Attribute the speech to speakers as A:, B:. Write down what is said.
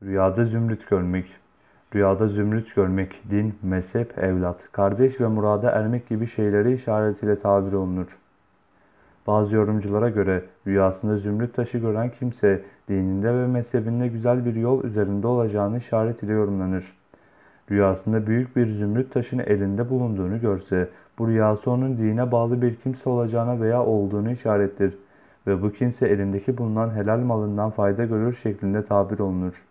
A: Rüyada zümrüt görmek. Rüyada zümrüt görmek, din, mezhep, evlat, kardeş ve murada ermek gibi şeyleri işaretiyle tabir olunur. Bazı yorumculara göre rüyasında zümrüt taşı gören kimse dininde ve mezhebinde güzel bir yol üzerinde olacağını işaret ile yorumlanır. Rüyasında büyük bir zümrüt taşını elinde bulunduğunu görse, bu rüyası onun dine bağlı bir kimse olacağına veya olduğunu işarettir ve bu kimse elindeki bulunan helal malından fayda görür şeklinde tabir olunur.